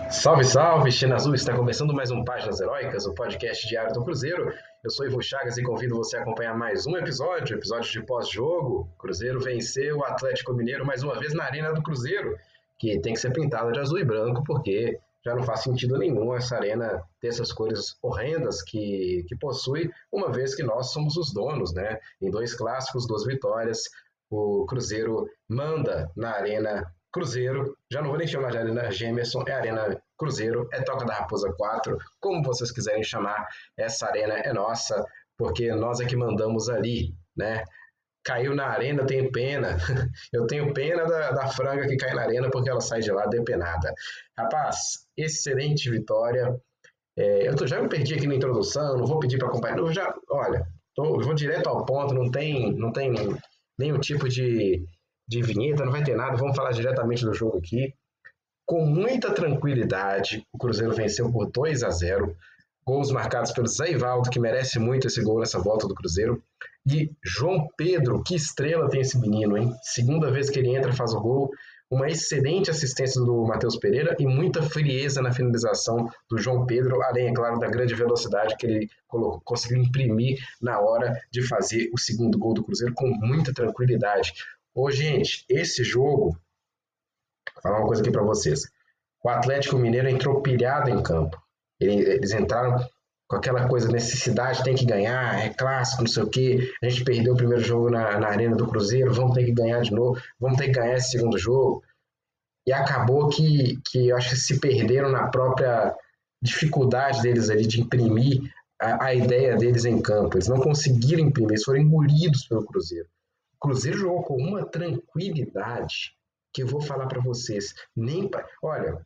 Salve, salve, China Azul! Está começando mais um Páginas Heróicas, o podcast diário do Cruzeiro. Eu sou Ivo Chagas e convido você a acompanhar mais um episódio de pós-jogo. Cruzeiro venceu o Atlético Mineiro mais uma vez na Arena do Cruzeiro, que tem que ser pintada de azul e branco, porque já não faz sentido nenhum essa arena ter essas cores horrendas que possui, uma vez que nós somos os donos, né? Em 2 clássicos, 2 vitórias, o Cruzeiro manda na Arena Cruzeiro, já não vou nem chamar de Arena Gemerson, é Arena Cruzeiro, é Toca da Raposa 4, como vocês quiserem chamar, essa arena é nossa, porque nós é que mandamos ali, né? Caiu na arena, eu tenho pena. Eu tenho pena da franga que cai na arena porque ela sai de lá depenada. Rapaz, excelente vitória. Já me perdi aqui na introdução, não vou pedir para acompanhar. Olha, vou direto ao ponto, não tem nenhum tipo de vinheta, não vai ter nada. Vamos falar diretamente do jogo aqui. Com muita tranquilidade, o Cruzeiro venceu por 2-0. Gols marcados pelo Zé Ivaldo, que merece muito esse gol nessa volta do Cruzeiro. E João Pedro, que estrela tem esse menino, hein? Segunda vez que ele entra, faz o gol. Uma excelente assistência do Matheus Pereira e muita frieza na finalização do João Pedro, além, é claro, da grande velocidade que ele conseguiu imprimir na hora de fazer o segundo gol do Cruzeiro com muita tranquilidade. Ô, gente, esse jogo, vou falar uma coisa aqui para vocês. O Atlético Mineiro entrou pilhado em campo. Eles entraram com aquela coisa, necessidade, tem que ganhar, é clássico, não sei o quê. A gente perdeu o primeiro jogo na Arena do Cruzeiro, vamos ter que ganhar de novo, vamos ter que ganhar esse segundo jogo. E acabou que eu acho que se perderam na própria dificuldade deles ali de imprimir a ideia deles em campo. Eles não conseguiram imprimir, eles foram engolidos pelo Cruzeiro. O Cruzeiro jogou com uma tranquilidade que eu vou falar para vocês. Olha,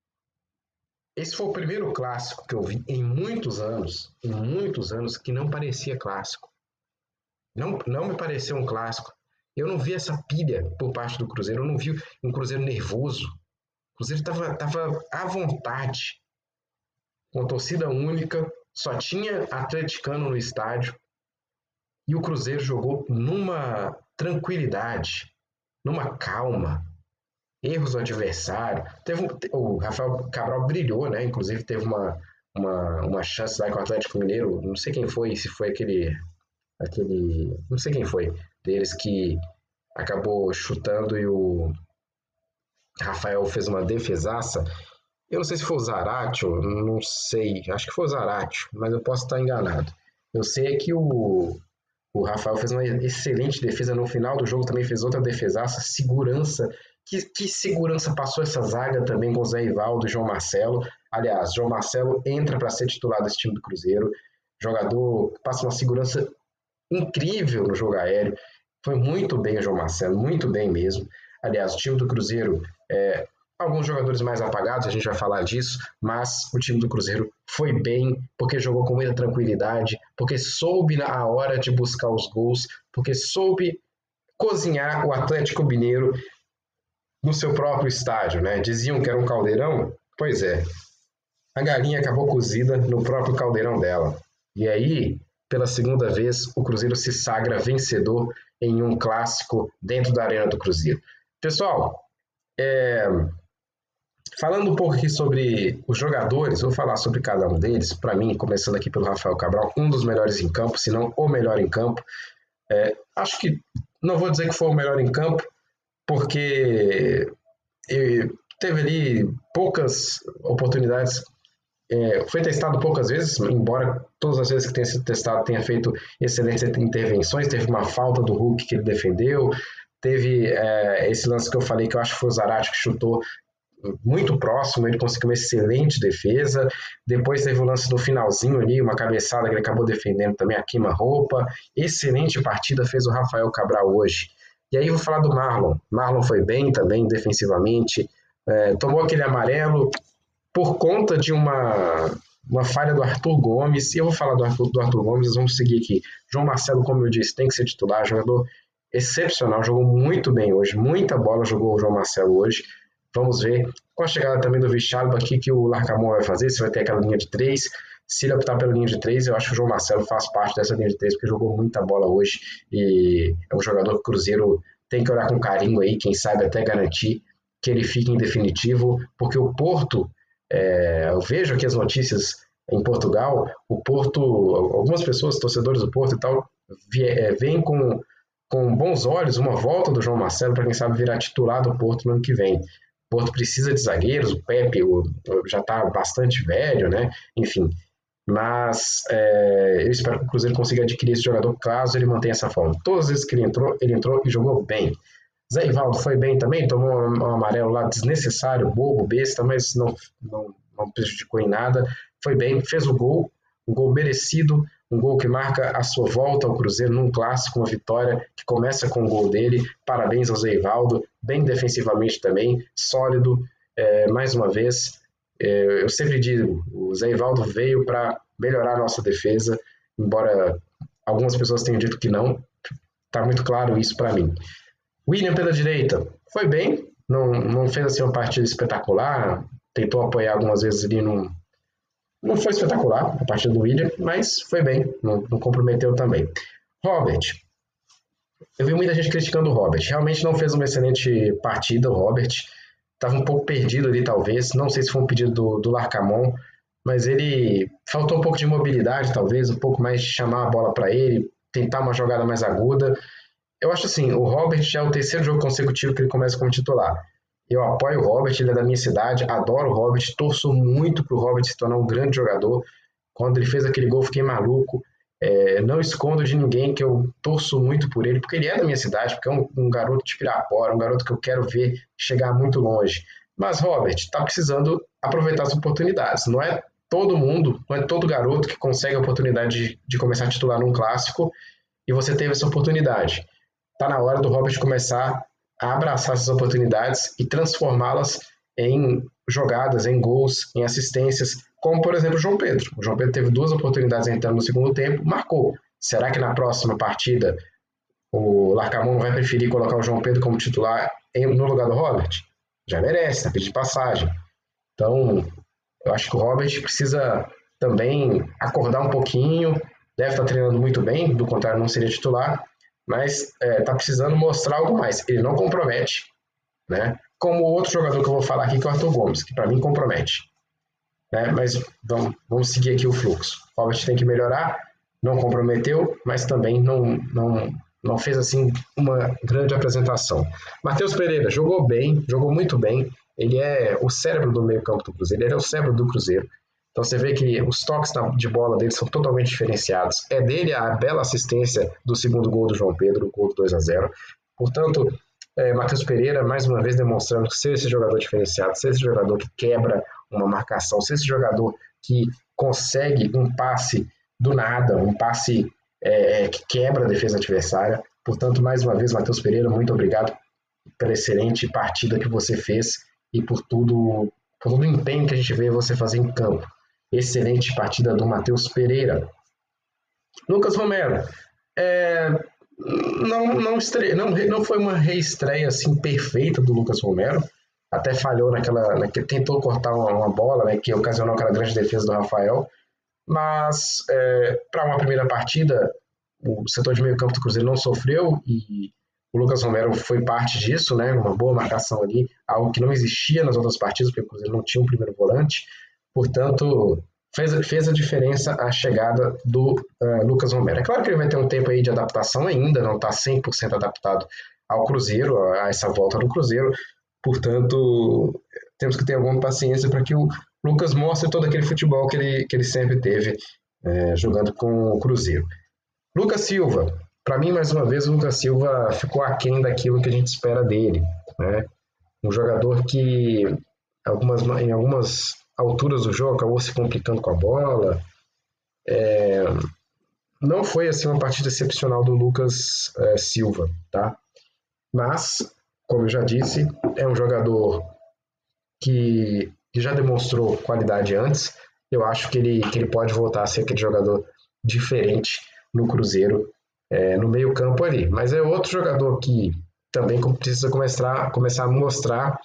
esse foi o primeiro clássico que eu vi em muitos anos, que não parecia clássico. Não me pareceu um clássico. Eu não vi essa pilha por parte do Cruzeiro, eu não vi um Cruzeiro nervoso. O Cruzeiro estava à vontade, com torcida única, só tinha atleticano no estádio, e o Cruzeiro jogou numa tranquilidade, numa calma, erros do adversário. O Rafael Cabral brilhou, né? Inclusive teve uma chance lá com o Atlético Mineiro, não sei quem foi, se foi não sei quem foi, deles que acabou chutando e o Rafael fez uma defesaça. Eu não sei se foi o Zaratio, não sei, acho que foi o Zaratio, mas eu posso estar enganado. Eu sei que o Rafael fez uma excelente defesa no final do jogo, também fez outra defesaça, segurança. Que segurança passou essa zaga também com o Zé Ivaldo e João Marcelo. Aliás, João Marcelo entra para ser titular desse time do Cruzeiro. Jogador que passa uma segurança incrível no jogo aéreo. Foi muito bem o João Marcelo, muito bem mesmo. Aliás, o time do Cruzeiro, alguns jogadores mais apagados, a gente vai falar disso, mas o time do Cruzeiro foi bem, porque jogou com muita tranquilidade, porque soube na hora de buscar os gols, porque soube cozinhar o Atlético Mineiro no seu próprio estádio, né? Diziam que era um caldeirão? Pois é, a galinha acabou cozida no próprio caldeirão dela. E aí, pela segunda vez, o Cruzeiro se sagra vencedor em um clássico dentro da Arena do Cruzeiro. Pessoal, falando um pouco aqui sobre os jogadores, vou falar sobre cada um deles. Para mim, começando aqui pelo Rafael Cabral, um dos melhores em campo, se não o melhor em campo. Acho que não vou dizer que foi o melhor em campo, porque teve ali poucas oportunidades, foi testado poucas vezes, embora todas as vezes que tenha sido testado tenha feito excelentes intervenções. Teve uma falta do Hulk que ele defendeu, teve esse lance que eu falei que eu acho que foi o Zarate que chutou muito próximo, ele conseguiu uma excelente defesa. Depois teve o lance no finalzinho ali, uma cabeçada que ele acabou defendendo também, a queima-roupa. Excelente partida fez o Rafael Cabral hoje. E aí eu vou falar do Marlon. Marlon foi bem também defensivamente, tomou aquele amarelo por conta de uma falha do Arthur Gomes. E eu vou falar do Arthur Gomes, vamos seguir aqui. João Marcelo, como eu disse, tem que ser titular, jogador excepcional, jogou muito bem hoje, muita bola jogou o João Marcelo hoje. Vamos ver, com a chegada também do Vichalba aqui, que o Larcamon vai fazer, se vai ter aquela linha de 3. Se ele optar pela linha de 3, eu acho que o João Marcelo faz parte dessa linha de 3, porque jogou muita bola hoje, e é um jogador que o Cruzeiro tem que olhar com carinho aí, quem sabe até garantir que ele fique em definitivo, porque o Porto Eu vejo aqui as notícias em Portugal, o Porto, algumas pessoas, torcedores do Porto e tal, veem com bons olhos uma volta do João Marcelo para quem sabe virar titular do Porto no ano que vem. O Porto precisa de zagueiros, o Pepe já está bastante velho, né? Enfim, mas eu espero que o Cruzeiro consiga adquirir esse jogador caso ele mantenha essa forma. Todas as vezes que ele entrou e jogou bem. Zé Ivaldo foi bem também, tomou um amarelo lá desnecessário, bobo, besta, mas não prejudicou em nada. Foi bem, fez o gol, um gol merecido, um gol que marca a sua volta ao Cruzeiro num clássico, uma vitória que começa com o gol dele. Parabéns ao Zé Ivaldo, bem defensivamente também, sólido, mais uma vez. Eu sempre digo, o Zé Ivaldo veio para melhorar a nossa defesa, embora algumas pessoas tenham dito que não, está muito claro isso para mim. William pela direita, foi bem, não fez assim uma partida espetacular, tentou apoiar algumas vezes ali, não foi espetacular a partida do William, mas foi bem, não comprometeu também. Robert, eu vi muita gente criticando o Robert, realmente não fez uma excelente partida o Robert, estava um pouco perdido ali talvez, não sei se foi um pedido do Larcamon, mas ele faltou um pouco de mobilidade talvez, um pouco mais de chamar a bola para ele, tentar uma jogada mais aguda. Eu acho assim, o Robert já é o terceiro jogo consecutivo que ele começa como titular. Eu apoio o Robert, ele é da minha cidade, adoro o Robert, torço muito para o Robert se tornar um grande jogador. Quando ele fez aquele gol, fiquei maluco. Não escondo de ninguém que eu torço muito por ele, porque ele é da minha cidade, porque é um garoto de Pirapora, um garoto que eu quero ver chegar muito longe. Mas, Robert, está precisando aproveitar as oportunidades. Não é todo mundo, não é todo garoto que consegue a oportunidade de começar a titular num clássico e você teve essa oportunidade. Está na hora do Robert começar a abraçar essas oportunidades e transformá-las em jogadas, em gols, em assistências, como, por exemplo, o João Pedro. O João Pedro teve 2 oportunidades entrando no segundo tempo, marcou. Será que na próxima partida o Larcamon vai preferir colocar o João Pedro como titular no lugar do Robert? Já merece, está pedindo passagem. Então, eu acho que o Robert precisa também acordar um pouquinho, deve estar treinando muito bem, do contrário não seria titular, mas está precisando mostrar algo mais. Ele não compromete, né? Como o outro jogador que eu vou falar aqui, que é o Arthur Gomes, que para mim compromete. Né? Mas vamos seguir aqui o fluxo. O Robert tem que melhorar, não comprometeu, mas também não fez assim uma grande apresentação. Matheus Pereira jogou bem, jogou muito bem. Ele é o cérebro do meio campo do Cruzeiro, ele é o cérebro do Cruzeiro. Então você vê que os toques de bola dele são totalmente diferenciados. É dele a bela assistência do segundo gol do João Pedro, o gol do 2-0. Portanto, Matheus Pereira, mais uma vez demonstrando ser esse jogador diferenciado, ser esse jogador que quebra uma marcação, ser esse jogador que consegue um passe do nada, um passe que quebra a defesa adversária. Portanto, mais uma vez, Matheus Pereira, muito obrigado pela excelente partida que você fez e por todo o empenho que a gente vê você fazer em campo. Excelente partida do Matheus Pereira. Lucas Romero. Não foi uma reestreia assim, perfeita do Lucas Romero. Até falhou tentou cortar uma bola, né, que ocasionou aquela grande defesa do Rafael. Mas, para uma primeira partida, o setor de meio campo do Cruzeiro não sofreu e o Lucas Romero foi parte disso, né, uma boa marcação ali, algo que não existia nas outras partidas, porque o Cruzeiro não tinha um primeiro volante. Portanto, fez a diferença a chegada do Lucas Romero. É claro que ele vai ter um tempo aí de adaptação ainda, não está 100% adaptado ao Cruzeiro, a essa volta do Cruzeiro. Portanto, temos que ter alguma paciência para que o Lucas mostre todo aquele futebol que ele sempre teve jogando com o Cruzeiro. Lucas Silva. Para mim, mais uma vez, o Lucas Silva ficou aquém daquilo que a gente espera dele. Né? Um jogador que, em algumas alturas do jogo, acabou se complicando com a bola. Não foi assim uma partida excepcional do Lucas Silva. Tá? Mas, como eu já disse, é um jogador que já demonstrou qualidade antes. Eu acho que ele pode voltar a ser aquele jogador diferente no Cruzeiro, no meio campo ali. Mas é outro jogador que também precisa começar a mostrar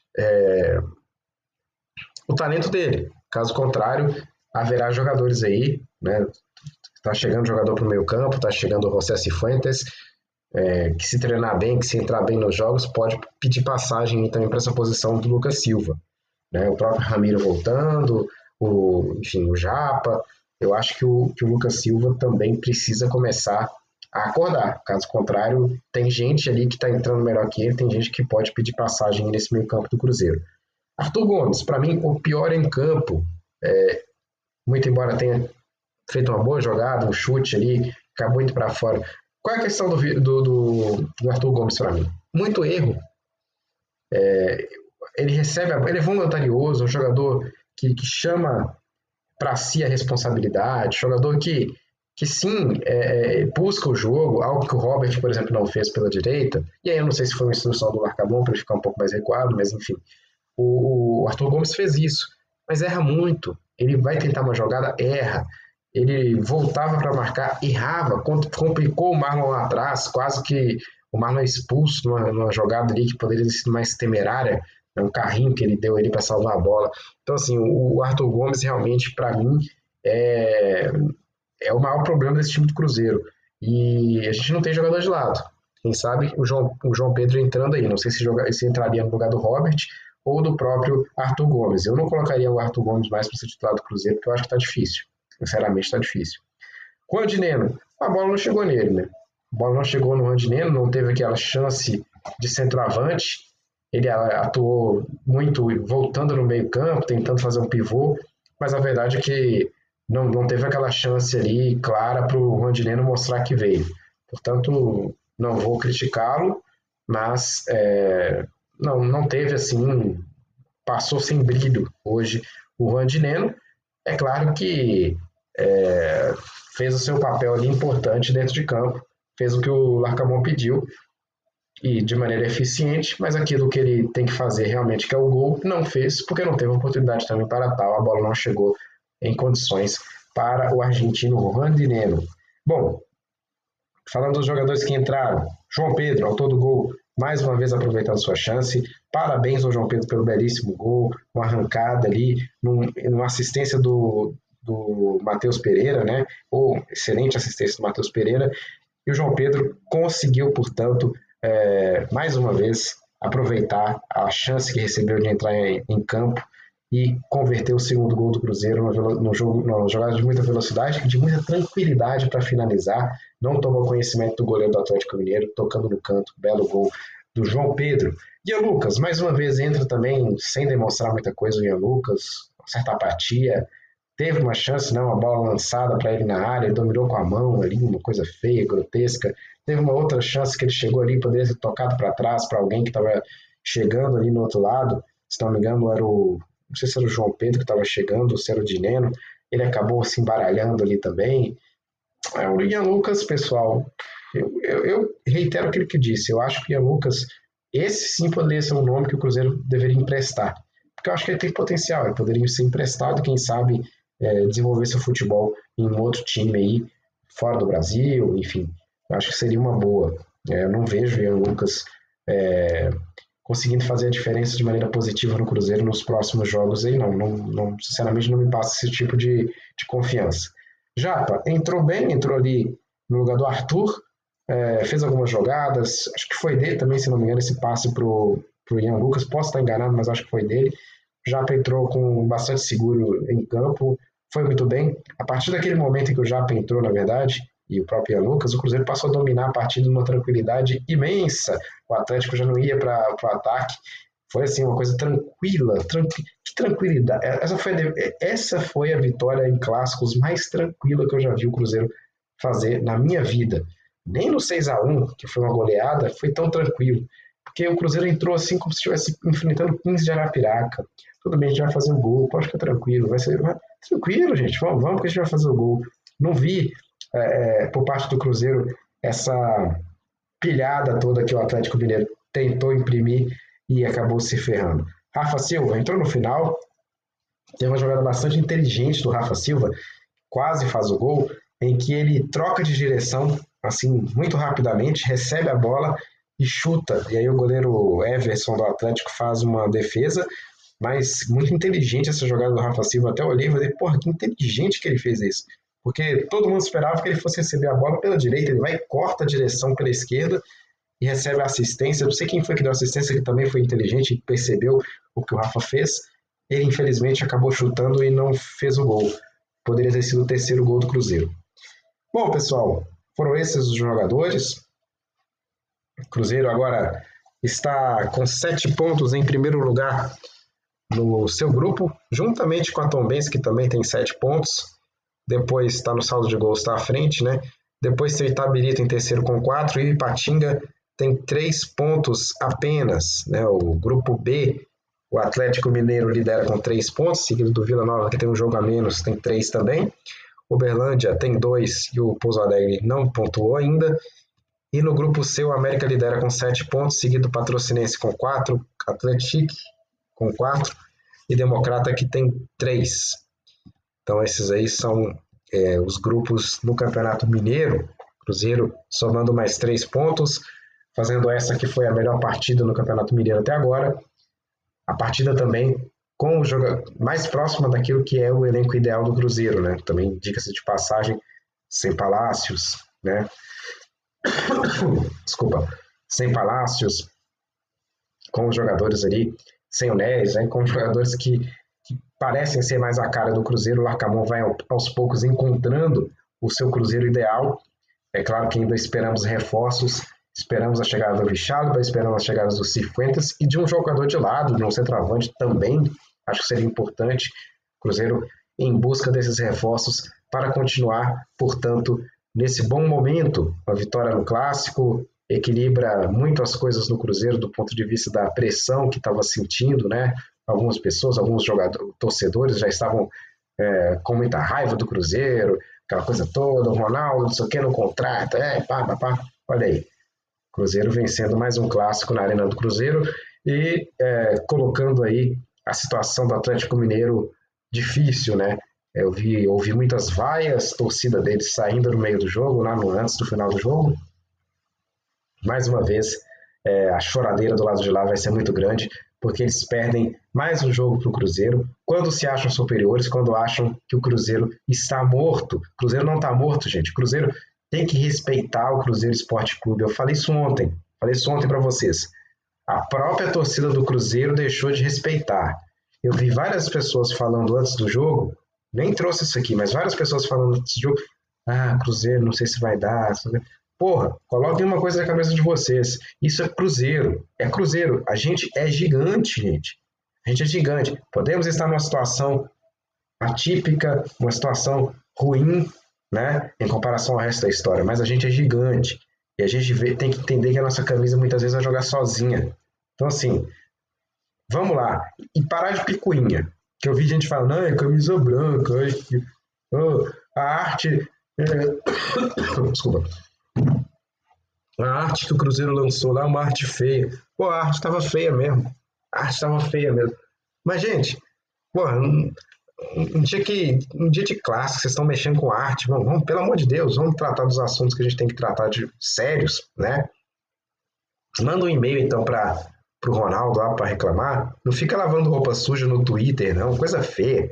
o talento dele. Caso contrário, haverá jogadores aí, né? Tá chegando jogador para o meio campo, tá chegando o José Cifuentes, que se treinar bem, que se entrar bem nos jogos, pode pedir passagem também para essa posição do Lucas Silva. né? O próprio Ramiro voltando, enfim, o Japa. Eu acho que o Lucas Silva também precisa começar a acordar. Caso contrário, tem gente ali que está entrando melhor que ele, tem gente que pode pedir passagem nesse meio campo do Cruzeiro. Arthur Gomes, para mim, o pior em campo, muito embora tenha feito uma boa jogada, um chute ali, acabou indo para fora. Qual é a questão do Arthur Gomes para mim? Muito erro. Ele é voluntarioso, um jogador que chama para si a responsabilidade, jogador que sim, busca o jogo, algo que o Robert, por exemplo, não fez pela direita, e aí eu não sei se foi uma instrução do Larcamon para ele ficar um pouco mais recuado, mas enfim, o Arthur Gomes fez isso, mas erra muito, ele vai tentar uma jogada, erra, ele voltava para marcar, errava, complicou o Marlon lá atrás, quase que o Marlon é expulso numa jogada ali que poderia ter sido mais temerária, um carrinho que ele deu ali para salvar a bola. Então, assim, o Arthur Gomes realmente, para mim, é o maior problema desse time do Cruzeiro. E a gente não tem jogador de lado. Quem sabe o João Pedro entrando aí. Não sei se entraria no lugar do Robert ou do próprio Arthur Gomes. Eu não colocaria o Arthur Gomes mais para ser titular do Cruzeiro, porque eu acho que está difícil. Sinceramente, está difícil. Com o Randineno, a bola não chegou nele, né? A bola não chegou no Randineno, não teve aquela chance de centroavante. Ele atuou muito voltando no meio campo, tentando fazer um pivô, mas a verdade é que não teve aquela chance ali clara para o Randineno mostrar que veio. Portanto, não vou criticá-lo, mas não teve assim, passou sem brilho hoje o Randineno. É claro que fez o seu papel ali importante dentro de campo, fez o que o Larcamon pediu, e de maneira eficiente, mas aquilo que ele tem que fazer realmente, que é o gol, não fez, porque não teve oportunidade também para tal, a bola não chegou em condições para o argentino Randineno. Bom, falando dos jogadores que entraram, João Pedro, autor do gol, mais uma vez aproveitando sua chance, parabéns ao João Pedro pelo belíssimo gol, uma arrancada ali, numa assistência do Matheus Pereira, né? Ou excelente assistência do Matheus Pereira, e o João Pedro conseguiu, portanto, mais uma vez, aproveitar a chance que recebeu de entrar em campo e converter o segundo gol do Cruzeiro numa jogada de muita velocidade e de muita tranquilidade para finalizar. Não tomou conhecimento do goleiro do Atlético Mineiro, tocando no canto, belo gol do João Pedro. Ian Lucas, mais uma vez, entra também sem demonstrar muita coisa o Ian Lucas, uma certa apatia. Teve uma chance, uma bola lançada para ele na área, ele dominou com a mão ali, uma coisa feia, grotesca. Teve uma outra chance que ele chegou ali, poderia ser tocado para trás para alguém que estava chegando ali no outro lado. Se não me engano, não sei se era o João Pedro que estava chegando, ou se era o Dineno. Ele acabou se embaralhando ali também. O Ian Lucas, pessoal, eu reitero aquilo que disse. Eu acho que o Ian Lucas, esse sim poderia ser um nome que o Cruzeiro deveria emprestar. Porque eu acho que ele tem potencial, ele poderia ser emprestado, quem sabe desenvolver seu futebol em um outro time aí, fora do Brasil, enfim. Eu acho que seria uma boa. Eu não vejo o Ian Lucas conseguindo fazer a diferença de maneira positiva no Cruzeiro nos próximos jogos aí, não, sinceramente não me passa esse tipo de confiança. Japa entrou bem, entrou ali no lugar do Arthur, fez algumas jogadas, acho que foi dele também, se não me engano, esse passe pro Ian Lucas, posso estar enganado, mas acho que foi dele. Japa entrou com bastante seguro em campo, foi muito bem. A partir daquele momento em que o Japa entrou, na verdade, e o próprio Ian Lucas, o Cruzeiro passou a dominar a partida numa tranquilidade imensa. O Atlético já não ia para o ataque. Foi assim, uma coisa tranquila. Que tranquilidade. Essa foi a vitória em clássicos mais tranquila que eu já vi o Cruzeiro fazer na minha vida. Nem no 6-1, que foi uma goleada, foi tão tranquilo. Porque o Cruzeiro entrou assim como se estivesse enfrentando 15 de Arapiraca. Tudo bem, a gente vai fazer o gol, pode ficar tranquilo. Vai ser tranquilo, gente. Vamos que a gente vai fazer o gol. Não vi por parte do Cruzeiro essa pilhada toda que o Atlético Mineiro tentou imprimir e acabou se ferrando. Rafa Silva entrou no final, teve uma jogada bastante inteligente do Rafa Silva, quase faz o gol, em que ele troca de direção assim muito rapidamente, recebe a bola e chuta, e aí o goleiro Everson do Atlético faz uma defesa, mas muito inteligente essa jogada do Rafa Silva. Até olhei e falei, porra, que inteligente que ele fez isso, porque todo mundo esperava que ele fosse receber a bola pela direita, ele vai e corta a direção pela esquerda e recebe a assistência. Não sei quem foi que deu a assistência, que também foi inteligente e percebeu o que o Rafa fez, Ele infelizmente acabou chutando e não fez o gol. Poderia ter sido o terceiro gol do Cruzeiro. Bom, pessoal, foram esses os jogadores. O Cruzeiro agora está com 7 pontos em primeiro lugar no seu grupo, juntamente com a Tombense, que também tem 7 pontos. Depois está no saldo de gols, está à frente, né? Depois tem Itabirito em terceiro com 4 e Ipatinga tem 3 pontos apenas, né? O grupo B, o Atlético Mineiro lidera com 3 pontos, seguido do Vila Nova, que tem um jogo a menos, tem 3 também. Uberlândia tem 2 e o Pouso Alegre não pontuou ainda. E no grupo C, o América lidera com 7 pontos, seguido do Patrocinense com 4, Atlético com 4 e Democrata que tem 3. Então esses aí são os grupos no Campeonato Mineiro. Cruzeiro somando mais 3 pontos, fazendo essa que foi a melhor partida no Campeonato Mineiro até agora. A partida também com o jogo mais próximo daquilo que é o elenco ideal do Cruzeiro, né? Também, diga-se de passagem, sem Palácios, né? Desculpa, sem Palácios, com os jogadores ali, sem o Neres, né? Com jogadores que parecem ser mais a cara do Cruzeiro. O Larcamon vai aos poucos encontrando o seu Cruzeiro ideal. É claro que ainda esperamos reforços, esperamos a chegada do Vichalba, esperamos a chegada do Cifuentes e de um jogador de lado, de um centroavante também. Acho que seria importante o Cruzeiro em busca desses reforços para continuar, portanto, nesse bom momento. A vitória no Clássico equilibra muito as coisas no Cruzeiro do ponto de vista da pressão que estava sentindo, né? Algumas pessoas, alguns jogadores, torcedores já estavam com muita raiva do Cruzeiro, aquela coisa toda, o Ronaldo, não sei o que, no contrato, pá. Olha aí, Cruzeiro vencendo mais um clássico na Arena do Cruzeiro e colocando aí a situação do Atlético Mineiro difícil, né? Eu ouvi muitas vaias, torcida deles saindo no meio do jogo, lá antes do final do jogo. Mais uma vez, a choradeira do lado de lá vai ser muito grande, porque eles perdem mais um jogo para o Cruzeiro, quando se acham superiores, quando acham que o Cruzeiro está morto. O Cruzeiro não está morto, gente. O Cruzeiro tem que respeitar o Cruzeiro Esporte Clube. Eu falei isso ontem para vocês. A própria torcida do Cruzeiro deixou de respeitar. Eu vi várias pessoas falando antes do jogo, nem trouxe isso aqui, mas várias pessoas falando antes do jogo, Cruzeiro, não sei se vai dar. Porra, coloquem uma coisa na cabeça de vocês. Isso é Cruzeiro. É Cruzeiro. A gente é gigante, gente. A gente é gigante. Podemos estar numa situação atípica, uma situação ruim, né, em comparação ao resto da história, mas a gente é gigante. E a gente tem que entender que a nossa camisa muitas vezes vai jogar sozinha. Então, assim, vamos lá. E parar de picuinha. Que eu vi gente falando, não, é camisa branca, a arte... Desculpa. A arte que o Cruzeiro lançou lá é uma arte feia. Pô, a arte estava feia mesmo. Mas, gente, porra, um dia de classe, vocês estão mexendo com arte, vamos, pelo amor de Deus, vamos tratar dos assuntos que a gente tem que tratar de sérios, né? Manda um e-mail, então, para o Ronaldo lá para reclamar. Não fica lavando roupa suja no Twitter, não. Coisa feia.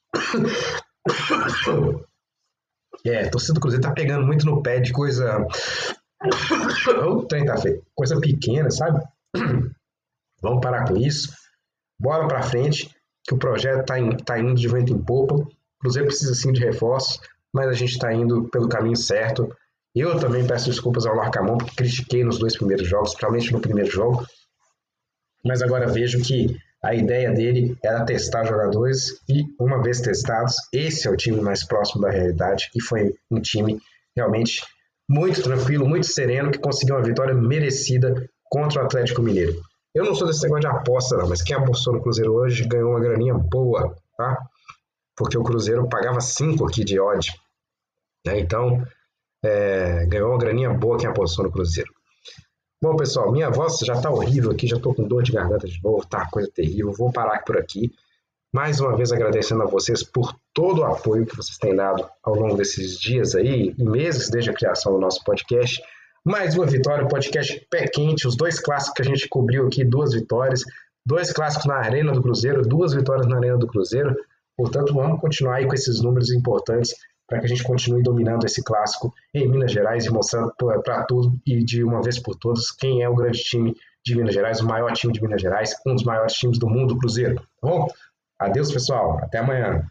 A torcida do Cruzeiro tá pegando muito no pé de coisa... O trem tá feio. Coisa pequena, sabe? Vamos parar com isso. Bola para frente, que o projeto tá indo de vento em popa. O Cruzeiro precisa sim de reforços, mas a gente está indo pelo caminho certo. Eu também peço desculpas ao Larcamon, porque critiquei nos 2 primeiros jogos, principalmente no primeiro jogo. Mas agora vejo que a ideia dele era testar jogadores e, uma vez testados, esse é o time mais próximo da realidade e foi um time realmente muito tranquilo, muito sereno, que conseguiu uma vitória merecida contra o Atlético Mineiro. Eu não sou desse negócio de aposta, não, mas quem apostou no Cruzeiro hoje ganhou uma graninha boa, tá? Porque o Cruzeiro pagava 5 aqui de odd, né? Então, ganhou uma graninha boa quem apostou no Cruzeiro. Bom, pessoal, minha voz já tá horrível aqui, já tô com dor de garganta de novo, tá coisa terrível, vou parar por aqui. Mais uma vez agradecendo a vocês por todo o apoio que vocês têm dado ao longo desses dias aí, e meses desde a criação do nosso podcast. Mais uma vitória, podcast pé quente, os 2 clássicos que a gente cobriu aqui, 2 vitórias, 2 clássicos na Arena do Cruzeiro, 2 vitórias na Arena do Cruzeiro. Portanto, vamos continuar aí com esses números importantes para que a gente continue dominando esse clássico em Minas Gerais e mostrando para tudo e de uma vez por todas quem é o grande time de Minas Gerais, o maior time de Minas Gerais, um dos maiores times do mundo, o Cruzeiro. Tá bom? Adeus, pessoal. Até amanhã.